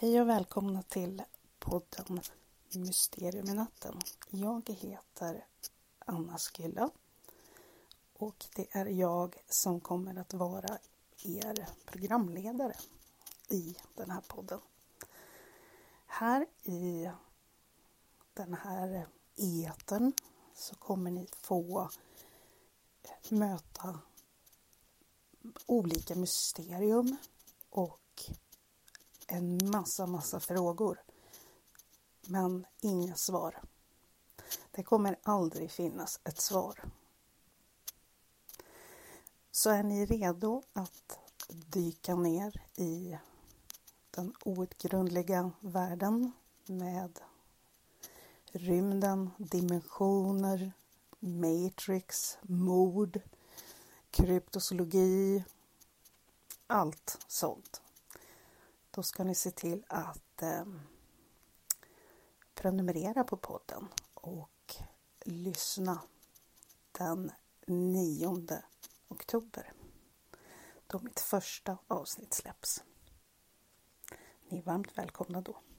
Hej och välkomna till podden Mysterium i natten. Jag heter Anna Skylla och det är jag som kommer att vara er programledare i den här podden. Här i den här etern så kommer ni få möta olika mysterium och en massa frågor, men inga svar. Det kommer aldrig finnas ett svar. Så är ni redo att dyka ner i den outgrundliga världen med rymden, dimensioner, matrix, mord, kryptozoologi, allt sånt. Då ska ni se till att prenumerera på podden och lyssna den 9 oktober. Då mitt första avsnitt släpps. Ni är varmt välkomna då.